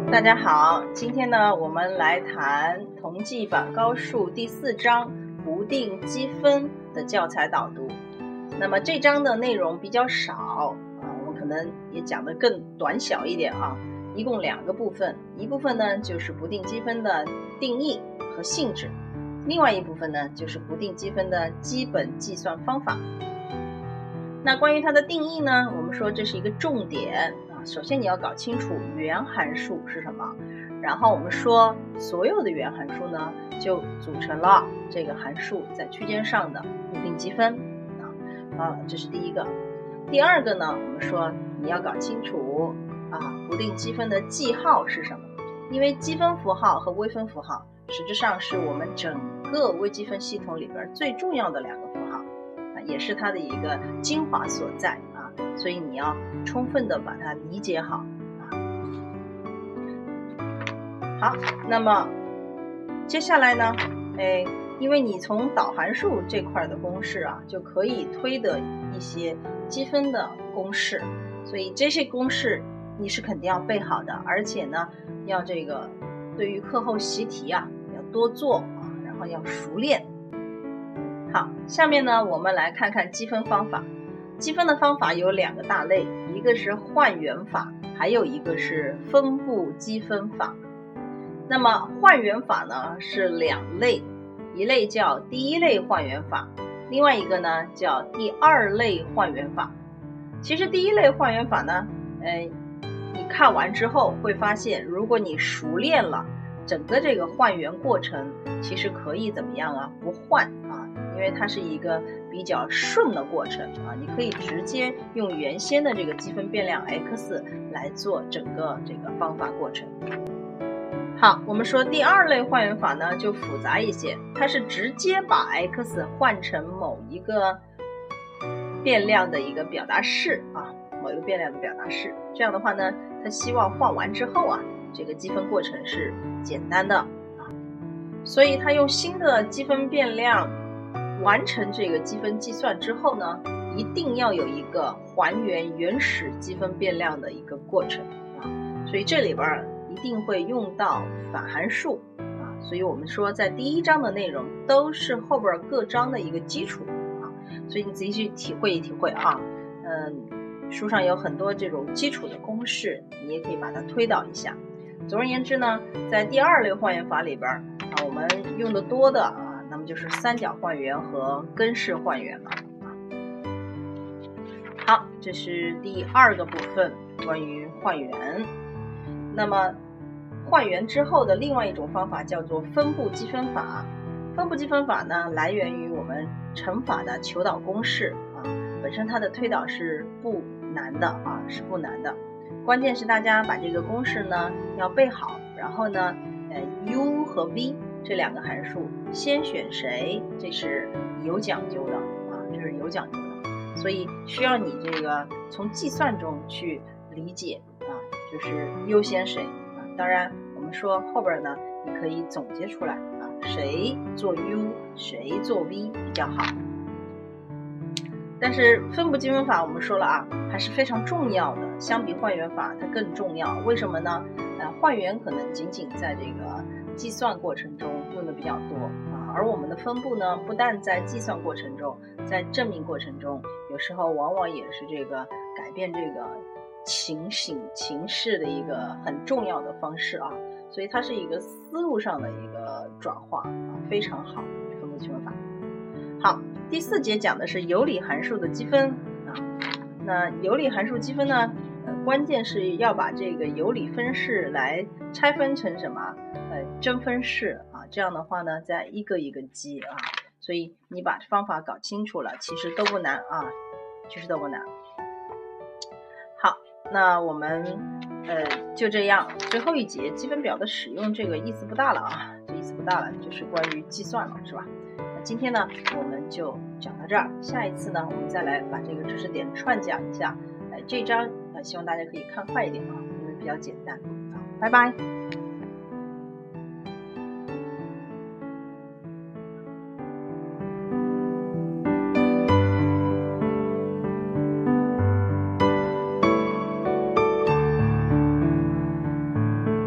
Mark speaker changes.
Speaker 1: 大家好，今天呢，我们来谈同济板高数第4章不定积分的教材导读。那么这章的内容比较少我们可能也讲得更短小一点一共2个部分，一部分呢就是不定积分的定义和性质，另外一部分呢就是不定积分的基本计算方法。那关于它的定义呢，我们说这是一个重点首先你要搞清楚原函数是什么，然后我们说所有的原函数呢就组成了这个函数在区间上的不定积分这是第一个。第二个呢，我们说你要搞清楚不定积分的记号是什么，因为积分符号和微分符号实质上是我们整个微积分系统里边最重要的2个符号也是它的一个精华所在所以你要充分的把它理解好好，那么接下来呢因为你从导函数这块的公式就可以推的一些积分的公式，所以这些公式你是肯定要背好的，而且呢要这个对于课后习题要多做然后要熟练。好，下面呢我们来看看积分方法。积分的方法有2个大类，一个是换元法，还有一个是分布积分法。那么换元法呢是2类，一类叫第一类换元法，另外一个呢叫第2类换元法。其实第一类换元法呢你看完之后会发现，如果你熟练了整个这个换元过程，其实可以怎么样不换因为它是一个比较顺的过程你可以直接用原先的这个积分变量 x 来做整个这个方法过程。好，我们说第2类换元法呢就复杂一些，它是直接把 x 换成某一个变量的一个表达式某一个变量的表达式，这样的话呢，它希望换完之后这个积分过程是简单的所以它用新的积分变量完成这个积分计算之后呢，一定要有一个还原原始积分变量的一个过程所以这里边一定会用到反函数所以我们说在第1章的内容都是后边各章的一个基础所以你自己去体会一体会书上有很多这种基础的公式，你也可以把它推导一下。总而言之呢，在第2类换元法里边我们用的多的那么就是三角换元和根式换元了好，这是第2个部分，关于换元。那么换元之后的另外一种方法叫做分布积分法。分布积分法呢，来源于我们乘法的求导公式本身它的推导是不难的是不难的。关键是大家把这个公式呢要背好，然后呢u 和 v 这2个函数先选谁，这是有讲究的这是有讲究的，所以需要你这个从计算中去理解就是优先谁当然我们说后边呢你可以总结出来谁做 u 谁做 v 比较好。但是分布积分法我们说了还是非常重要的，相比换元法它更重要。为什么呢换元可能仅仅在这个计算过程中用的比较多而我们的分布呢，不但在计算过程中，在证明过程中有时候往往也是这个改变这个情势的一个很重要的方式所以它是一个思路上的一个转化非常好分布积分法。好，第4节讲的是有理函数的积分那有理函数积分呢关键是要把这个有理分式来拆分成什么真分式这样的话呢再一个一个积所以你把方法搞清楚了，其实都不难其实都不难。好，那我们就这样，最后一节积分表的使用这个意思不大了这意思不大了，就是关于计算了是吧。那今天呢我们就讲到这儿，下一次呢我们再来把这个知识点串讲一下这章希望大家可以看快一点因为比较简单拜拜。